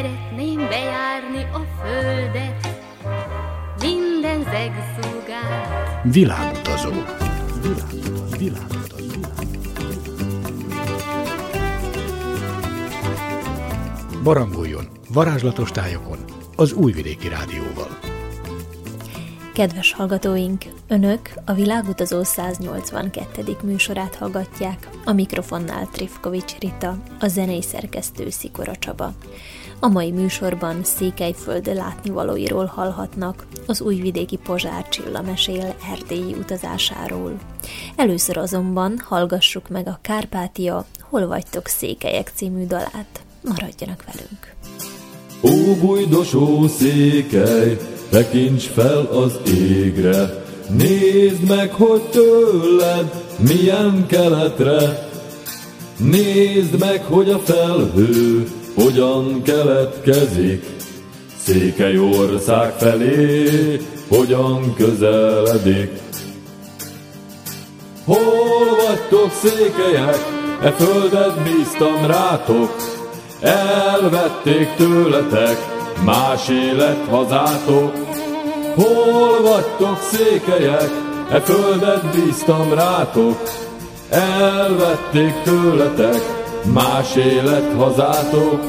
Szeretném bejárni a földet, minden zegszúgát. Világutazó. Barangoljon varázslatos tájokon az Újvidéki Rádióval. Kedves hallgatóink, Önök a Világutazó 182. műsorát hallgatják, a mikrofonnál Trifkovics Rita, a zenei szerkesztő Szikora Csaba. A mai műsorban Székelyföld látnivalóiról hallhatnak, az újvidéki Pozsár Csilla mesél erdélyi utazásáról. Először azonban hallgassuk meg a Kárpátia, Hol vagytok székelyek című dalát. Maradjanak velünk! Ó, bújdosó székely, tekints fel az égre, nézd meg, hogy tőled milyen keletre. Nézd meg, hogy a felhő hogyan keletkezik, Székelyország felé hogyan közeledik. Hol vagytok székelyek, e földet bíztam rátok, elvették tőletek más élet hazátok. Hol vagytok székelyek, e földet bíztam rátok, elvették tőletek más élet hazátok.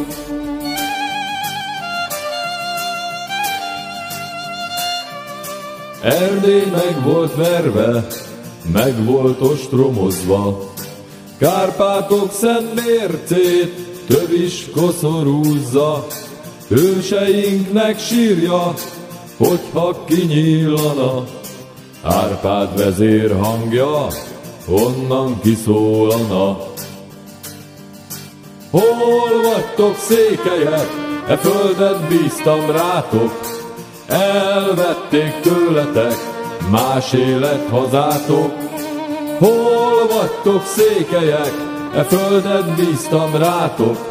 Erdély meg volt verve, meg volt ostromozva, Kárpátok szent mércét több is koszorúzza. Hőseinknek sírja, hogyha kinyílana, Árpád vezér hangja, honnan kiszólana. Hol vagytok székelyek, e földet bíztam rátok, elvették tőletek más élet hazátok. Hol vagytok székelyek, e földet bíztam rátok,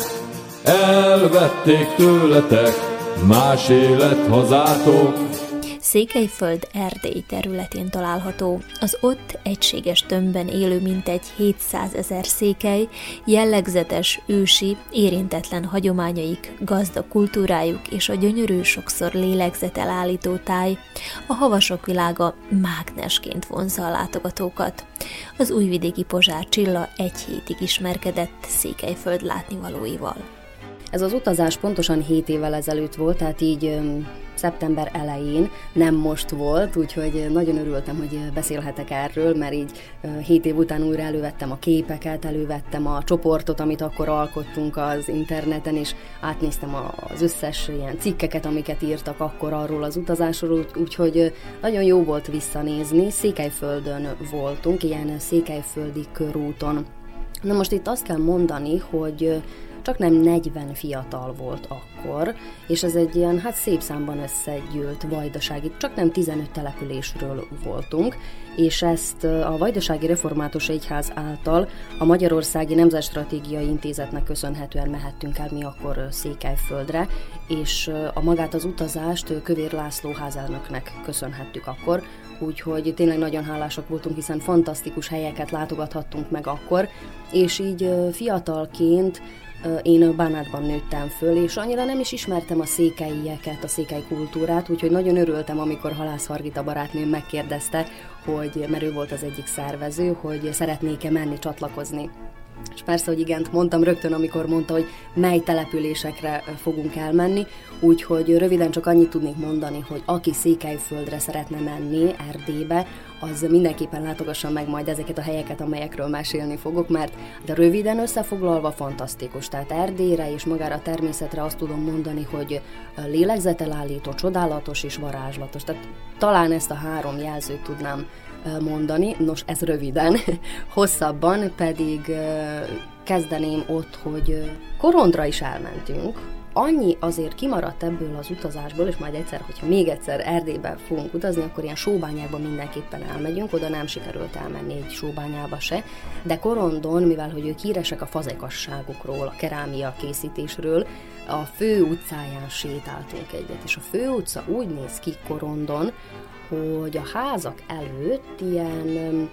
elvették tőletek más élet hazátok. Székelyföld Erdély területén található, az ott egységes tömbben élő mintegy 700 000 székely, jellegzetes, ősi, érintetlen hagyományaik, gazdag kultúrájuk és a gyönyörű, sokszor lélegzetelállító táj, a havasok világa mágnesként vonzza a látogatókat. Az újvidéki Pozsár Csilla egy hétig ismerkedett Székelyföld látnivalóival. Ez az utazás pontosan 7 évvel ezelőtt volt, tehát így szeptember elején, nem most volt, úgyhogy nagyon örültem, hogy beszélhetek erről, mert így 7 év után újra elővettem a képeket, elővettem a csoportot, amit akkor alkottunk az interneten, és átnéztem az összes ilyen cikkeket, amiket írtak akkor arról az utazásról, úgyhogy nagyon jó volt visszanézni. Székelyföldön voltunk, ilyen székelyföldi körúton. Na most itt azt kell mondani, hogy csak nem 40 fiatal volt akkor, és ez egy ilyen, szép számban összegyűlt vajdasági, csak nem 15 településről voltunk, és ezt a Vajdasági Református Egyház által a Magyarországi Nemzetstratégiai Intézetnek köszönhetően mehettünk el mi akkor Székelyföldre, és a magát az utazást Kövér László házelnöknek köszönhettük akkor, úgyhogy tényleg nagyon hálásak voltunk, hiszen fantasztikus helyeket látogathattunk meg akkor, és így fiatalként én Bánátban nőttem föl, és annyira nem is ismertem a székelyieket, a székely kultúrát, úgyhogy nagyon örültem, amikor Halász Hargita barátnőm megkérdezte, mert ő volt az egyik szervező, hogy szeretnék-e menni csatlakozni. És persze, hogy igent mondtam rögtön, amikor mondta, hogy mely településekre fogunk elmenni, úgyhogy röviden csak annyit tudnék mondani, hogy aki Székelyföldre szeretne menni, Erdélybe, az mindenképpen látogassa meg majd ezeket a helyeket, amelyekről mesélni fogok, mert de röviden összefoglalva fantasztikus. Tehát Erdélyre és magára a természetre azt tudom mondani, hogy lélegzetelállító, csodálatos és varázslatos. Tehát talán ezt a 3 jelzőt tudnám mondani. Nos, ez röviden. Hosszabban pedig kezdeném ott, hogy Korondra is elmentünk. Annyi azért kimaradt ebből az utazásból, és majd egyszer, hogyha még egyszer Erdélybe fogunk utazni, akkor ilyen sóbányákba mindenképpen elmegyünk, oda nem sikerült elmenni egy sóbányába se, de Korondon, mivel hogy ők híresek a fazekasságukról, a kerámia készítésről, a fő utcáján sétáltunk egyet, és a fő utca úgy néz ki Korondon, hogy a házak előtt ilyen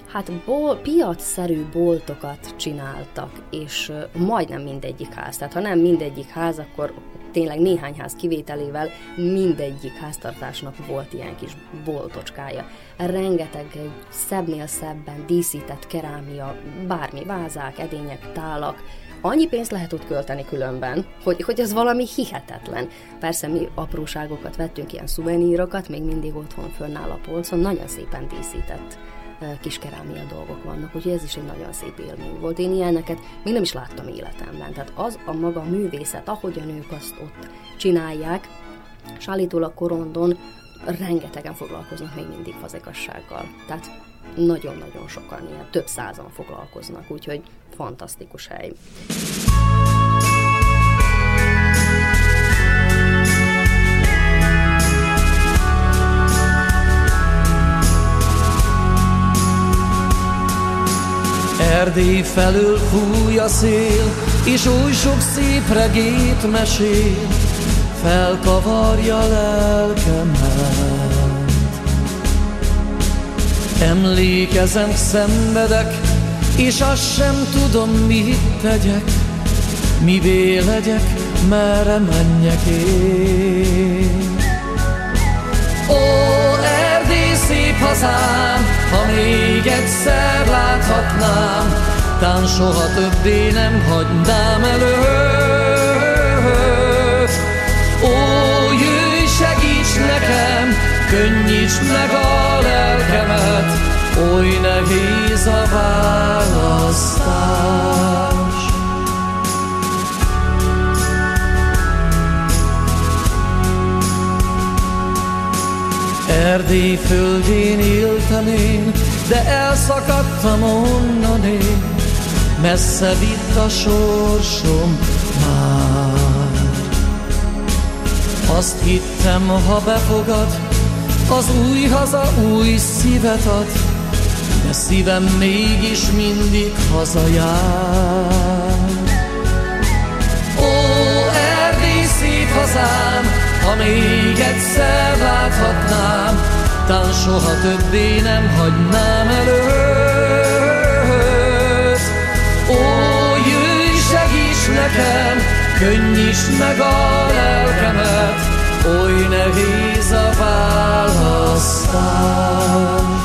piacszerű boltokat csináltak, és majdnem mindegyik ház. Tehát ha nem mindegyik ház, akkor tényleg néhány ház kivételével mindegyik háztartásnak volt ilyen kis boltocskája. Rengeteg szebbnél szebben díszített kerámia, bármi, vázák, edények, tálak. Annyi pénzt lehet ott költeni különben, hogy ez valami hihetetlen. Persze mi apróságokat vettünk, ilyen szuvenírokat, még mindig otthon fönnáll a polcon, nagyon szépen díszített kis kerámia dolgok vannak, úgyhogy ez is egy nagyon szép élmény volt. Én ilyeneket még nem is láttam életemben. Tehát az a maga művészet, ahogy a nők azt ott csinálják, és állítólag Korondon rengetegen foglalkoznak még mindig fazekassággal. Tehát nagyon-nagyon sokan, ilyen több százan foglalkoznak, úgyhogy fantasztikus hely. Erdély felől fúj a szél, és oly sok szép regét mesél, felkavarja lelkemet. Emlékezem, szenvedek, és azt sem tudom, mit tegyek, mivé legyek, merre menjek én. Ó, Erdély szép hazám, ha még egyszer láthatnám, tán soha többé nem hagynám előtt. Ó, jöjj, segíts nekem, könnyíts meg a lelkemet, oly nehéz a választás. Erdély földjén éltem én, de elszakadtam onnan én, messze vitt a sorsom már. Azt hittem, ha befogad, az új haza új szívet ad, de szívem mégis mindig hazajár. Ó, Erdély szép hazám, ha még egyszer láthatnám, tán soha többé nem hagynám előtt. Ó, jöjj, segíts nekem, könnyíts meg a lelkemet, oly nehéz a választás.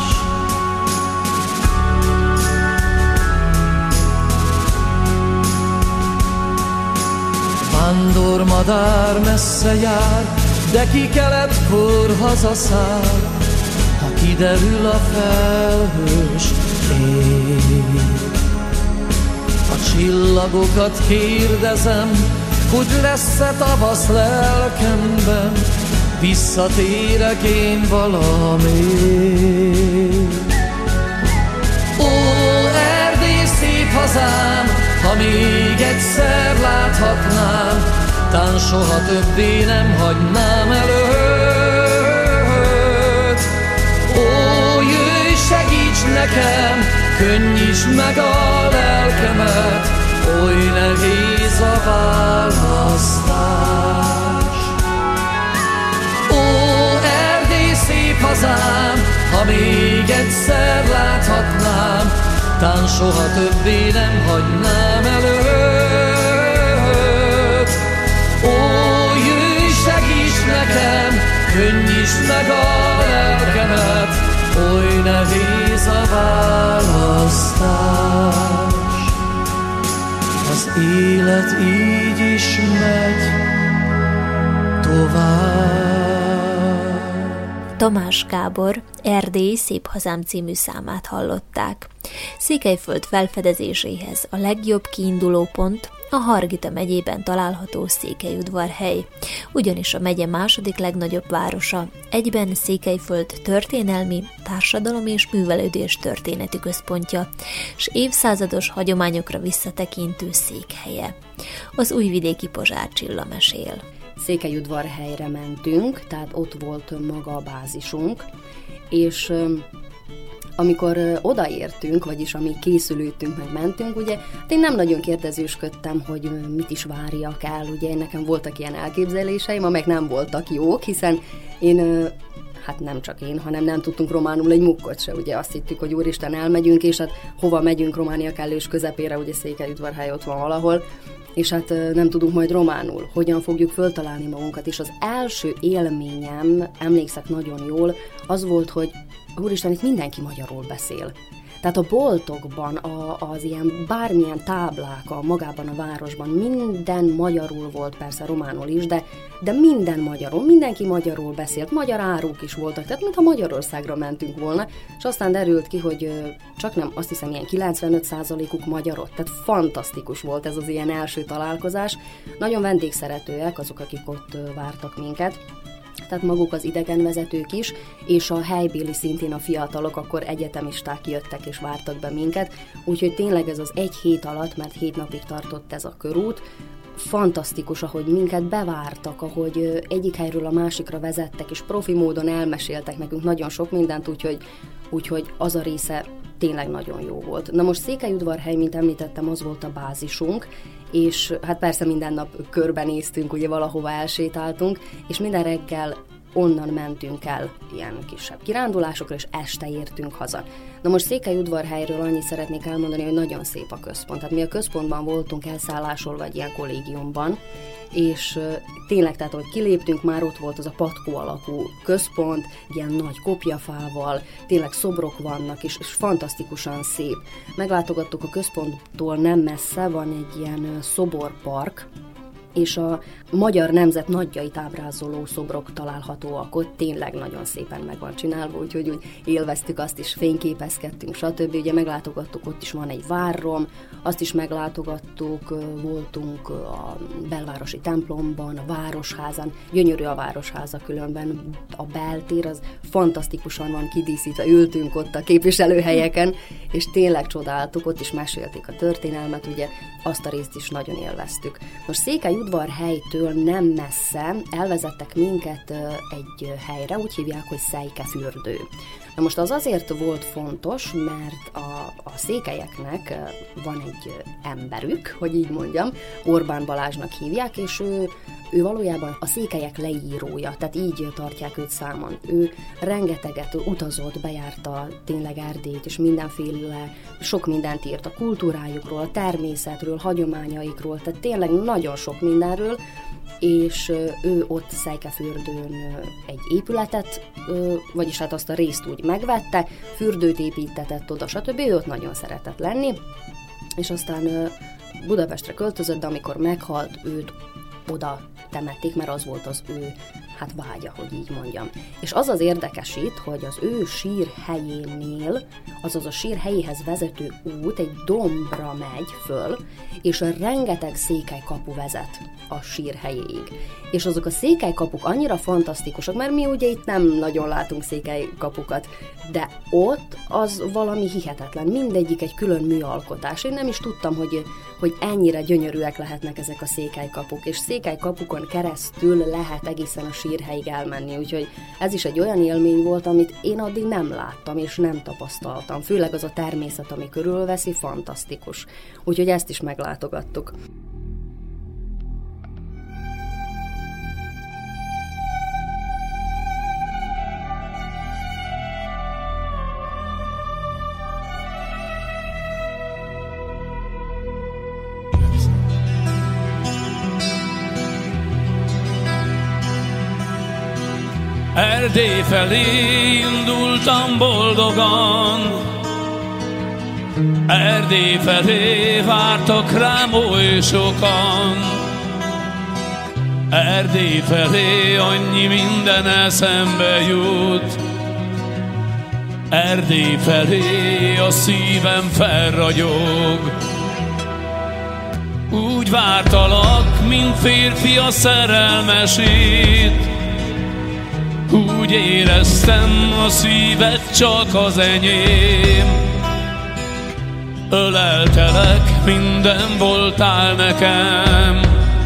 Vándormadár messze jár, de ki keletkor hazaszáll, ha kiderül a felhős ég. A csillagokat kérdezem, hogy lesz-e tavasz lelkemben, visszatérek én valamit. Ó, Erdély szép hazám, ha még egyszer láthatnám, tán soha többé nem hagynám előtt. Ó, jöjj, segíts nekem, könnyíts meg a lelkemet, oly nehéz a választás. Ó, Erdély szép hazám, ha még egyszer láthatnám, tán soha többé nem hagynám előtt. Ó, jöjj, segíts nekem, könnyíts meg a lelkemet, oly nehéz a választás. Az élet így is megy tovább. Tamás Gábor Erdély szép hazám című számát hallották. Székelyföld felfedezéséhez a legjobb kiindulópont a Hargita megyében található Székelyudvarhely, ugyanis a megye második legnagyobb városa, egyben Székelyföld történelmi, társadalom és művelődés történeti központja, s évszázados hagyományokra visszatekintő székhelye. Az újvidéki Pozsár Csilla mesél. Székelyudvarhelyre mentünk, tehát ott volt maga a bázisunk, és amikor odaértünk, vagyis amíg készülődtünk, meg mentünk, ugye, én nem nagyon kérdezősködtem, hogy mit is várjak el, ugye nekem voltak ilyen elképzeléseim, amelyek nem voltak jók, hiszen én, hát nem csak én, hanem nem tudtunk románul egy mukkot se, ugye azt hittük, hogy úristen elmegyünk, és hát hova megyünk Románia kellős közepére, ugye Székelyudvarhely ott van valahol, és hát nem tudunk majd románul, hogyan fogjuk föltalálni magunkat, és az első élményem, emlékszek nagyon jól, az volt, hogy úristen, itt mindenki magyarul beszél. Tehát a boltokban, az ilyen bármilyen táblák magában a városban, minden magyarul volt, persze románul is, de minden magyarul, mindenki magyarul beszélt, magyar áruk is voltak, tehát mintha Magyarországra mentünk volna, és aztán derült ki, hogy csak nem, azt hiszem, ilyen 95%-uk magyarok, tehát fantasztikus volt ez az ilyen első találkozás. Nagyon vendégszeretőek azok, akik ott vártak minket, tehát maguk az idegenvezetők is, és a helybéli szintén a fiatalok, akkor egyetemisták jöttek és vártak be minket, úgyhogy tényleg ez az egy hét alatt, mert 7 napig tartott ez a körút, fantasztikus, ahogy minket bevártak, ahogy egyik helyről a másikra vezettek, és profi módon elmeséltek nekünk nagyon sok mindent, úgyhogy az a része tényleg nagyon jó volt. Na most Székelyudvarhely, mint említettem, az volt a bázisunk, és hát persze minden nap körbenéztünk, ugye valahova elsétáltunk, és minden reggel onnan mentünk el ilyen kisebb kirándulásokra, és este értünk haza. Na most Székelyudvarhelyről annyit szeretnék elmondani, hogy nagyon szép a központ. Tehát mi a központban voltunk elszállásolva egy ilyen kollégiumban, és tényleg, tehát ahogy kiléptünk, már ott volt az a patkó alakú központ, ilyen nagy kopjafával, tényleg szobrok vannak, és fantasztikusan szép. Meglátogattuk a központtól nem messze, van egy ilyen szoborpark, és a magyar nemzet nagyjait ábrázoló szobrok találhatóak ott, tényleg nagyon szépen meg van csinálva, úgyhogy úgy élveztük azt is, fényképezkedtünk, stb. Ugye meglátogattuk, ott is van egy várrom, azt is meglátogattuk, voltunk a belvárosi templomban, a városházan, gyönyörű a városháza különben, a beltér az fantasztikusan van kidíszítve, ültünk ott a képviselőhelyeken, és tényleg csodáltuk, ott is mesélték a történelmet, ugye azt a részt is nagyon élveztük. Most Székelyudvarhelytől nem messze elvezettek minket egy helyre, úgy hívják, hogy Szejkefürdő. Na most az azért volt fontos, mert a székelyeknek van egy emberük, hogy így mondjam, Orbán Balázsnak hívják, és ő valójában a székelyek leírója, tehát így tartják őt számon. Ő rengeteget utazott, bejárta tényleg Erdélyt, és mindenféle, sok mindent írt a kultúrájukról, a természetről, hagyományaikról, tehát tényleg nagyon sok mindenről, és ő ott Szejkefürdőn egy épületet, vagyis hát azt a részt úgy megvette, fürdőt építetett oda, stb. Ő ott nagyon szeretett lenni, és aztán Budapestre költözött, de amikor meghalt, őt oda temették, mert az volt az ő vágya, hogy így mondjam. És az az érdekesít, hogy az ő sírhelyénél, azaz a sírhelyéhez vezető út egy dombra megy föl, és rengeteg székelykapu vezet a sírhelyéig. És azok a székelykapuk annyira fantasztikusak, mert mi ugye itt nem nagyon látunk székelykapukat, de ott az valami hihetetlen, mindegyik egy külön műalkotás. Én nem is tudtam, hogy ennyire gyönyörűek lehetnek ezek a székelykapuk, és székelykapukon keresztül lehet egészen a sírhelyig elmenni, úgyhogy ez is egy olyan élmény volt, amit én addig nem láttam, és nem tapasztaltam. Főleg az a természet, ami körülveszi, fantasztikus. Úgyhogy ezt is meglátogattuk. Erdély felé indultam boldogan, Erdély felé vártak rám oly sokan. Erdély felé annyi minden eszembe jut, Erdély felé a szívem felragyog. Úgy vártalak, mint férfi a szerelmesét, úgy éreztem, a szíved csak az enyém. Öleltelek, minden voltál nekem.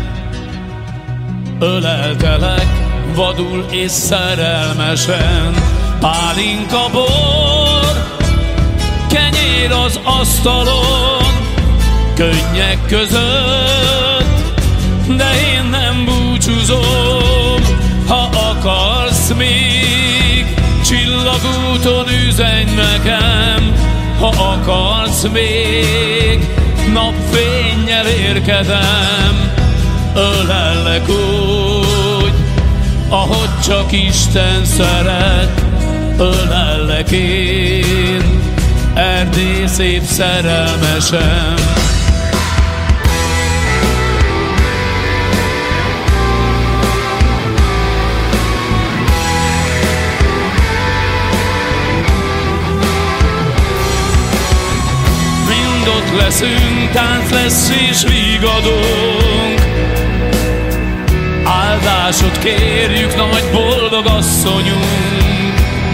Öleltelek, vadul és szerelmesen. Pálinka bor, kenyér az asztalon, könnyek között, de én nem búcsúzom. Ha akarsz még, csillagúton üzenj nekem. Ha akarsz még, napfénnyel érkedem, ölellek úgy, ahogy csak Isten szeret, ölellek én, Erdély szép szerelmesem. Mind ott leszünk, tánc lesz és vígadunk, áldásot kérjük, nagy boldog asszonyunk,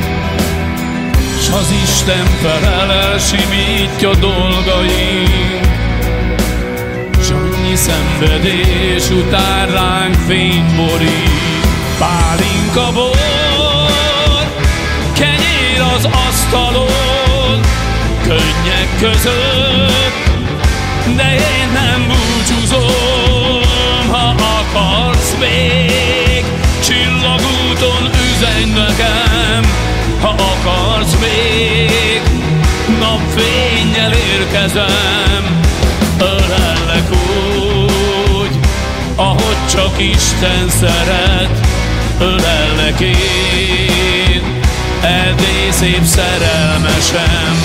s az Isten felel elsimítja dolgaink, s annyi szenvedés után ránk fényt borít. Pálinka bor, kenyér az asztalon, könnyek között, de én nem búcsúzom. Ha akarsz még, csillagúton üzenj nekem, ha akarsz még, napfénnyel érkezem, ölellek úgy, ahogy csak Isten szeret, ölellek én, Erdély szép szerelmesem.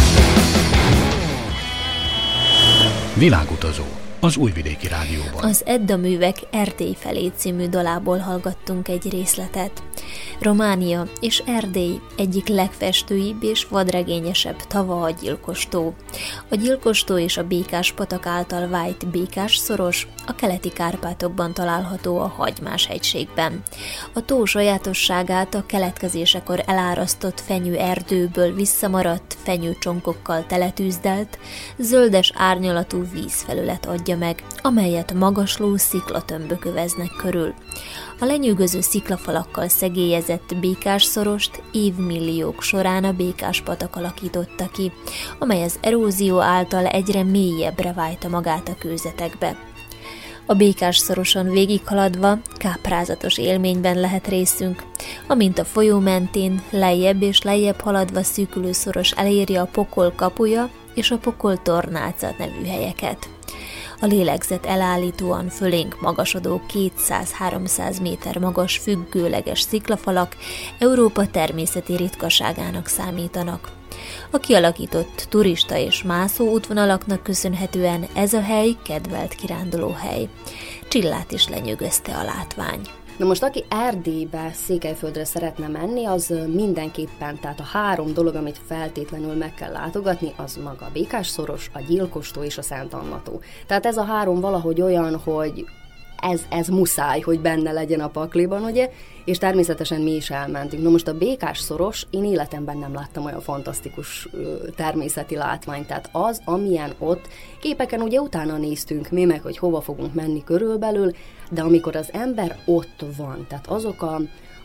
Világutazó az Újvidéki Rádióban. Az Edda művek Erdély felé című dalából hallgattunk egy részletet. Románia és Erdély egyik legfestőibb és vadregényesebb tava a Gyilkos-tó. A Gyilkos-tó és a Békás-patak által vájt Békás-szoros a keleti Kárpátokban található a Hagymás-hegységben. A tó sajátosságát a keletkezésekor elárasztott fenyőerdőből visszamaradt fenyőcsonkokkal teletűzdelt, zöldes árnyalatú vízfelület adja meg, amelyet magasló sziklatömbök öveznek körül. A lenyűgöző sziklafalakkal szegélyezett Békás-szorost évmilliók során a Békás-patak alakította ki, amely az erózió által egyre mélyebbre vájta magát a kőzetekbe. A Békás-szoroson végighaladva káprázatos élményben lehet részünk, amint a folyó mentén lejjebb és lejjebb haladva szűkülő szoros eléri a Pokol kapuja és a Pokol tornáca nevű helyeket. A lélegzet elállítóan fölénk magasodó 200-300 méter magas függőleges sziklafalak Európa természeti ritkaságának számítanak. A kialakított turista és mászó útvonalaknak köszönhetően ez a hely kedvelt kirándulóhely. Csillát is lenyűgözte a látvány. Na most, aki Erdélybe, Székelyföldre szeretne menni, az mindenképpen, tehát a 3 dolog, amit feltétlenül meg kell látogatni, az maga a Békás-szoros, a Gyilkos-tó és a Szent Anna-tó. Tehát ez a 3 valahogy olyan, hogy ez muszáj, hogy benne legyen a pakliban, ugye? És természetesen mi is elmentünk. Na most a Békás-szoros, én életemben nem láttam olyan fantasztikus természeti látványt, tehát az, amilyen ott, képeken ugye utána néztünk mi meg, hogy hova fogunk menni körülbelül, de amikor az ember ott van, tehát azok a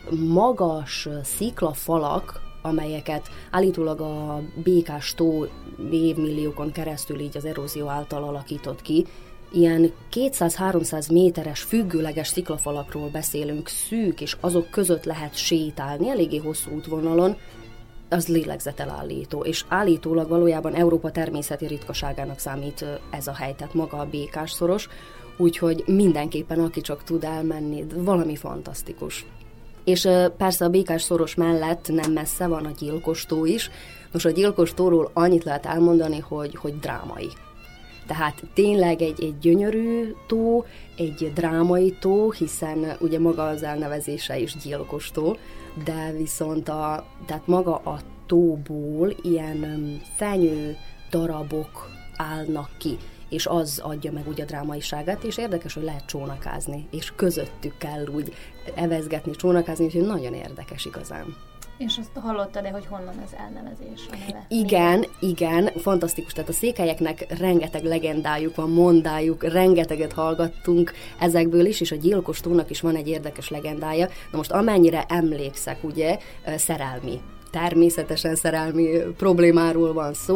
magas sziklafalak, amelyeket állítólag a Békás-tó évmilliókon keresztül így az erózió által alakított ki, ilyen 200-300 méteres függőleges sziklafalakról beszélünk, szűk, és azok között lehet sétálni, eléggé hosszú útvonalon, az lélegzetelállító, és állítólag valójában Európa természeti ritkaságának számít ez a hely, tehát maga a Békás-szoros, úgyhogy mindenképpen, aki csak tud elmenni, valami fantasztikus. És persze a Békás-szoros mellett nem messze van a Gyilkos-tó is. Most a Gyilkos-tóról annyit lehet elmondani, hogy drámai. Tehát tényleg egy gyönyörű tó, egy drámai tó, hiszen ugye maga az elnevezése is Gyilkos-tó, de viszont tehát maga a tóból ilyen fenyő darabok állnak ki, és az adja meg úgy a drámaiságát, és érdekes, hogy lehet csónakázni, és közöttük kell úgy evezgetni, csónakázni, úgyhogy nagyon érdekes igazán. És azt hallottad-e, hogy honnan az elnevezés a neve? Igen, fantasztikus. Tehát a székelyeknek rengeteg legendájuk van, mondájuk, rengeteget hallgattunk ezekből is, és a Gyilkos-tónak is van egy érdekes legendája. Na most amennyire emlékszek, ugye, szerelmi. Természetesen szerelmi problémáról van szó.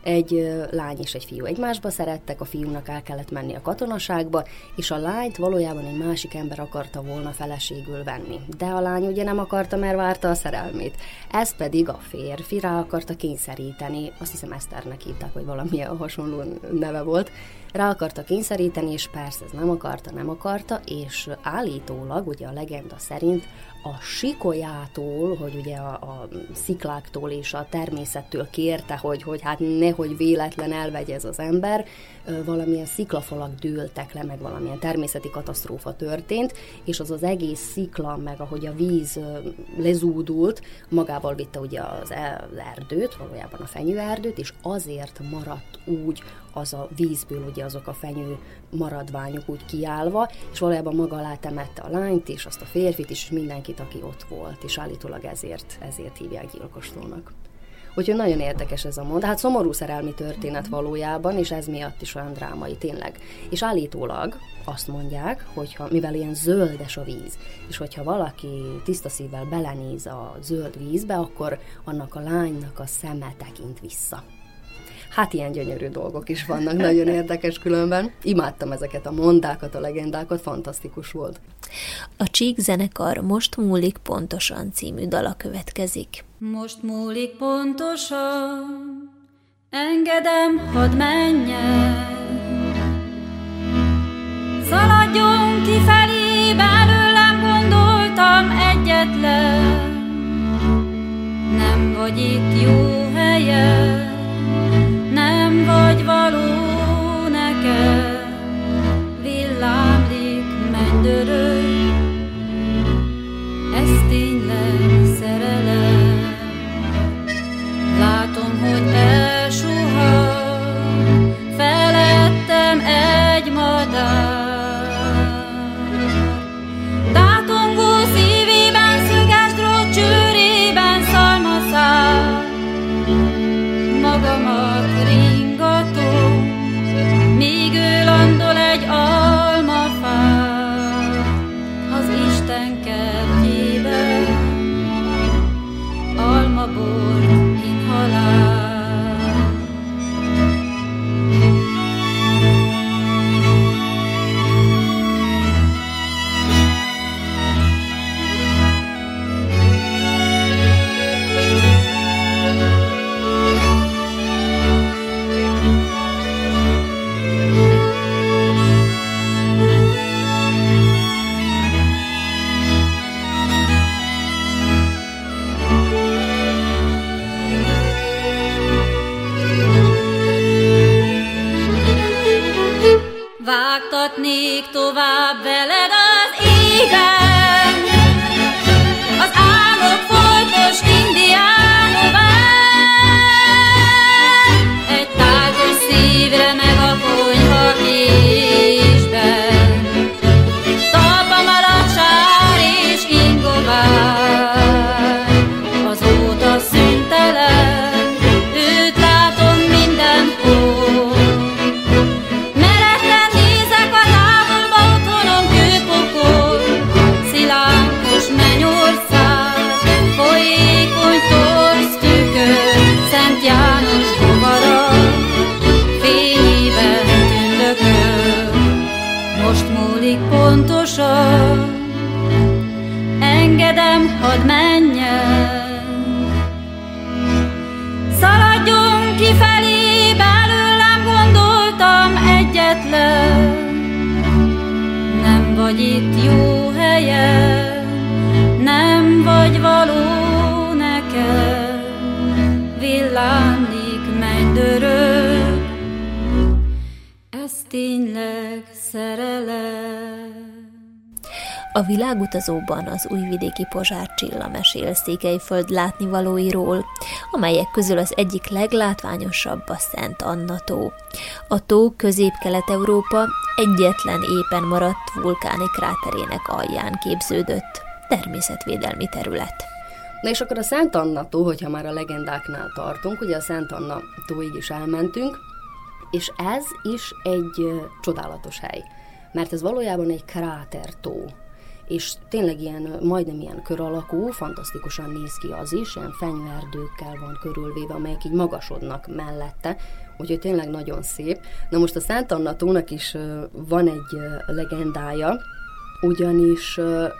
egy lány és egy fiú egymásba szerettek, a fiúnak el kellett menni a katonaságba, és a lányt valójában egy másik ember akarta volna feleségül venni. De a lány ugye nem akarta, mert várta a szerelmét. Ez pedig a férfi rá akarta kényszeríteni, azt hiszem Eszternek hívták, vagy valamilyen hasonló neve volt, rá akarta kényszeríteni, és persze ez nem akarta, és állítólag, ugye a legenda szerint a sikolyától, hogy ugye a szikláktól és a természettől kérte, hogy hát nehogy véletlen elvegye ez az ember, valamilyen sziklafalak dőltek le, meg valamilyen természeti katasztrófa történt, és az egész szikla, meg ahogy a víz lezúdult, magával vitte ugye az erdőt, valójában a fenyőerdőt, és azért maradt úgy az a vízből ugye azok a fenyő maradványok úgy kiállva, és valójában maga alá temette a lányt és azt a férfit is, és mindenkit, aki ott volt, és állítólag ezért hívják gyilkostónak. Úgyhogy nagyon érdekes ez a mond. Hát szomorú szerelmi történet valójában, és ez miatt is olyan drámai tényleg. És állítólag azt mondják, hogyha, mivel ilyen zöldes a víz, és hogyha valaki tiszta szívvel belenéz a zöld vízbe, akkor annak a lánynak a szeme tekint vissza. Hát ilyen gyönyörű dolgok is vannak, nagyon érdekes különben. Imádtam ezeket a mondákat, a legendákat, fantasztikus volt. A Csík zenekar Most múlik pontosan című dala következik. Most múlik pontosan, engedem, hadd menjen. Szaladjon kifelé, belőlem gondoltam egyetlen. Nem vagy itt jó helyen, nem vagy való nekem, villámlik, mennydörög, ez tényleg szerelem. Látom, hogy elsuhan felettem egy madár. Tátongó szívében, szöges drót csőrében szalmaszál. Magamat ringatom, míg ő landol egy almafán az Isten kertjében, almabort inhalál. Vágtatnék tovább veled az égen, az álmok foltos indiánován, egy tágos szívre meg a konyha késben, talpa maradt sár és ingovár, azóta szüntelen, őt látom mindenhol. János bogara, fényében tündököl. Most múlik pontosan, engedem, hadd menjen. Szaladjon kifelé, belőlem gondoltam egyetlen. Nem vagy itt jó helyen, nem vagy való nekem, villámlik, mennydörög, ez tényleg szerelem. A Világutazóban az újvidéki Pozsár Csilla mesél Székelyföld látnivalóiról, amelyek közül az egyik leglátványosabb a Szent Anna-tó. A tó Közép-Kelet-Európa egyetlen éppen maradt vulkáni kráterének alján képződött természetvédelmi terület. Na és akkor a Szent Anna-tó, hogyha már a legendáknál tartunk, ugye a Szent Anna-tóig is elmentünk, és ez is egy csodálatos hely, mert ez valójában egy krátertó. és tényleg majdnem ilyen kör alakú, fantasztikusan néz ki az is, ilyen fenyverdőkkel van körülvéve, amelyek így magasodnak mellette, úgyhogy tényleg nagyon szép. Na most a Szent Anna tónak is van egy legendája, ugyanis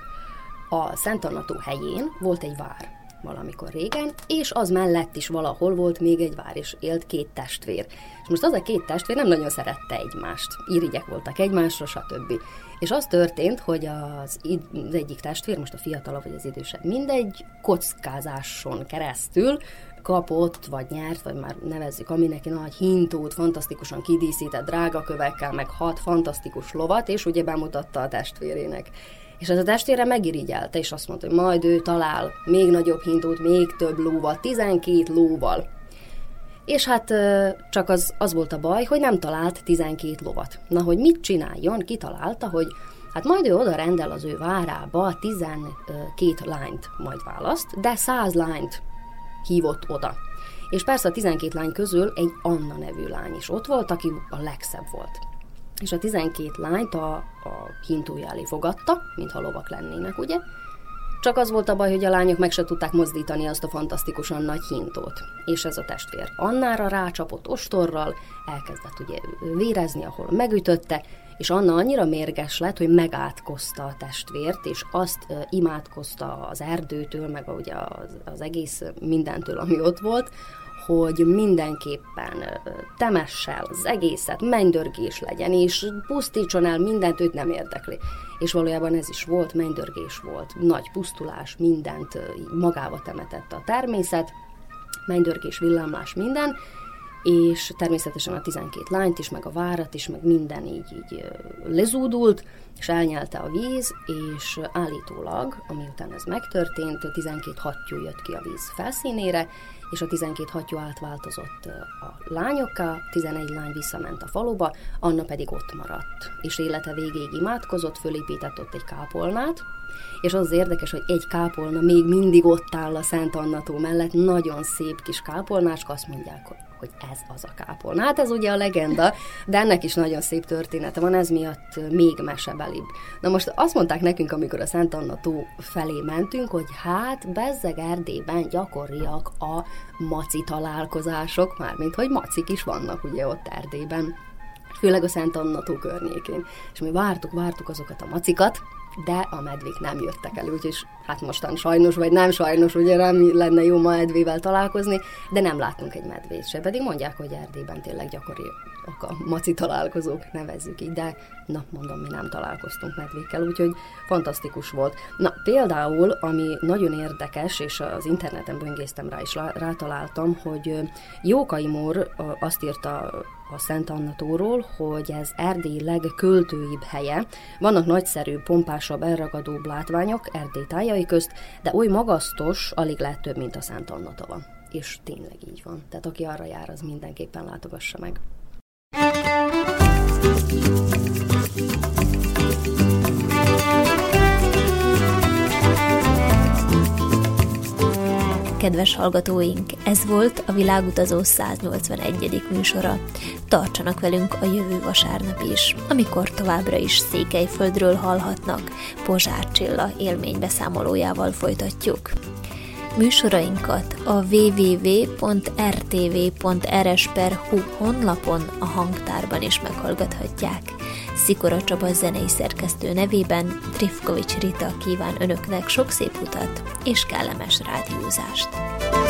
a Szent Anna tó helyén volt egy vár valamikor régen, és az mellett is valahol volt még egy vár, és élt 2 testvér. És most az a 2 testvér nem nagyon szerette egymást. Irigyek voltak egymásra, stb. És az történt, hogy az egyik testvér, most a fiatalabb vagy az idősebb, mindegy, kockázáson keresztül kapott, vagy nyert, vagy már nevezzük, ami neki nagy hintót, fantasztikusan kidíszített drágakövekkel, meg 6 fantasztikus lovat, és ugye bemutatta a testvérének. És ez a testvére megirigyelte, és azt mondta, hogy majd ő talál még nagyobb hintót, még több lóval, 12 lóval. És hát csak az volt a baj, hogy nem talált 12 lovat. Na, hogy mit csináljon, kitalálta, hogy hát majd ő oda rendel az ő várába 12 lányt majd választ, de 100 lányt hívott oda. És persze a 12 lány közül egy Anna nevű lány is ott volt, aki a legszebb volt. És a 12 lányt a hintója elé fogadta, mintha lovak lennének, ugye? Csak az volt a baj, hogy a lányok meg se tudták mozdítani azt a fantasztikusan nagy hintót. És ez a testvér Annára rácsapott ostorral, elkezdett ugye vérezni, ahol megütötte, és Anna annyira mérges lett, hogy megátkozta a testvért, és azt imádkozta az erdőtől, meg ugye az egész mindentől, ami ott volt, hogy mindenképpen temesse el az egészet, mennydörgés legyen, és pusztítson el mindent, őt nem érdekli. És valójában ez is volt, mennydörgés volt, nagy pusztulás, mindent magába temetett a természet, mennydörgés, villámlás, minden, és természetesen a 12 lányt is, meg a várat is, meg minden így lezúdult, és elnyelte a víz, és állítólag, amiután ez megtörtént, 12 hattyú jött ki a víz felszínére, és a 12 hattyú átváltozott a lányokká, 11 lány visszament a faluba, Anna pedig ott maradt, és élete végéig imádkozott, fölépített ott egy kápolnát, és az érdekes, hogy egy kápolna még mindig ott áll a Szent Anna tó mellett, nagyon szép kis kápolnáska, azt mondják, hogy ez az a kápolna. Hát ez ugye a legenda, de ennek is nagyon szép története van, ez miatt még mesebelibb. Na most azt mondták nekünk, amikor a Szent Anna tó felé mentünk, hogy hát bezzeg Erdélyben gyakoriak a maci találkozások, mármint hogy macik is vannak ugye ott Erdélyben, főleg a Szent Anna tó környékén. És mi vártuk azokat a macikat, de a medvék nem jöttek elő, úgyhogy hát mostan sajnos, vagy nem sajnos, ugye nem lenne jó ma medvével találkozni, de nem láttunk egy medvét se, pedig mondják, hogy Erdélyben tényleg gyakoriak a maci találkozók, nevezzük így, de na, mondom, mi nem találkoztunk medvékkel, úgyhogy fantasztikus volt. Na, például, ami nagyon érdekes, és az interneten böngésztem rá, és rátaláltam, hogy Jókai Mór azt írta a Szent Anna tóról, hogy ez Erdély legköltőibb helye. Vannak nagyszerű, pompásabb, elragadóbb látványok Erdély tájai közt, de oly magasztos, alig lehet több, mint a Szent Anna tava. És tényleg így van. Tehát aki arra jár, az mindenképpen látogassa meg. Kedves hallgatóink, ez volt a Világutazó 181. műsora. Tartsanak velünk a jövő vasárnap is, amikor továbbra is Székelyföldről hallhatnak. Pozsár Csilla élménybeszámolójával folytatjuk. Műsorainkat a www.rtv.rs.hu honlapon a hangtárban is meghallgathatják. Szikora Csaba zenei szerkesztő nevében Trifkovics Rita kíván önöknek sok szép utat és kellemes rádiózást.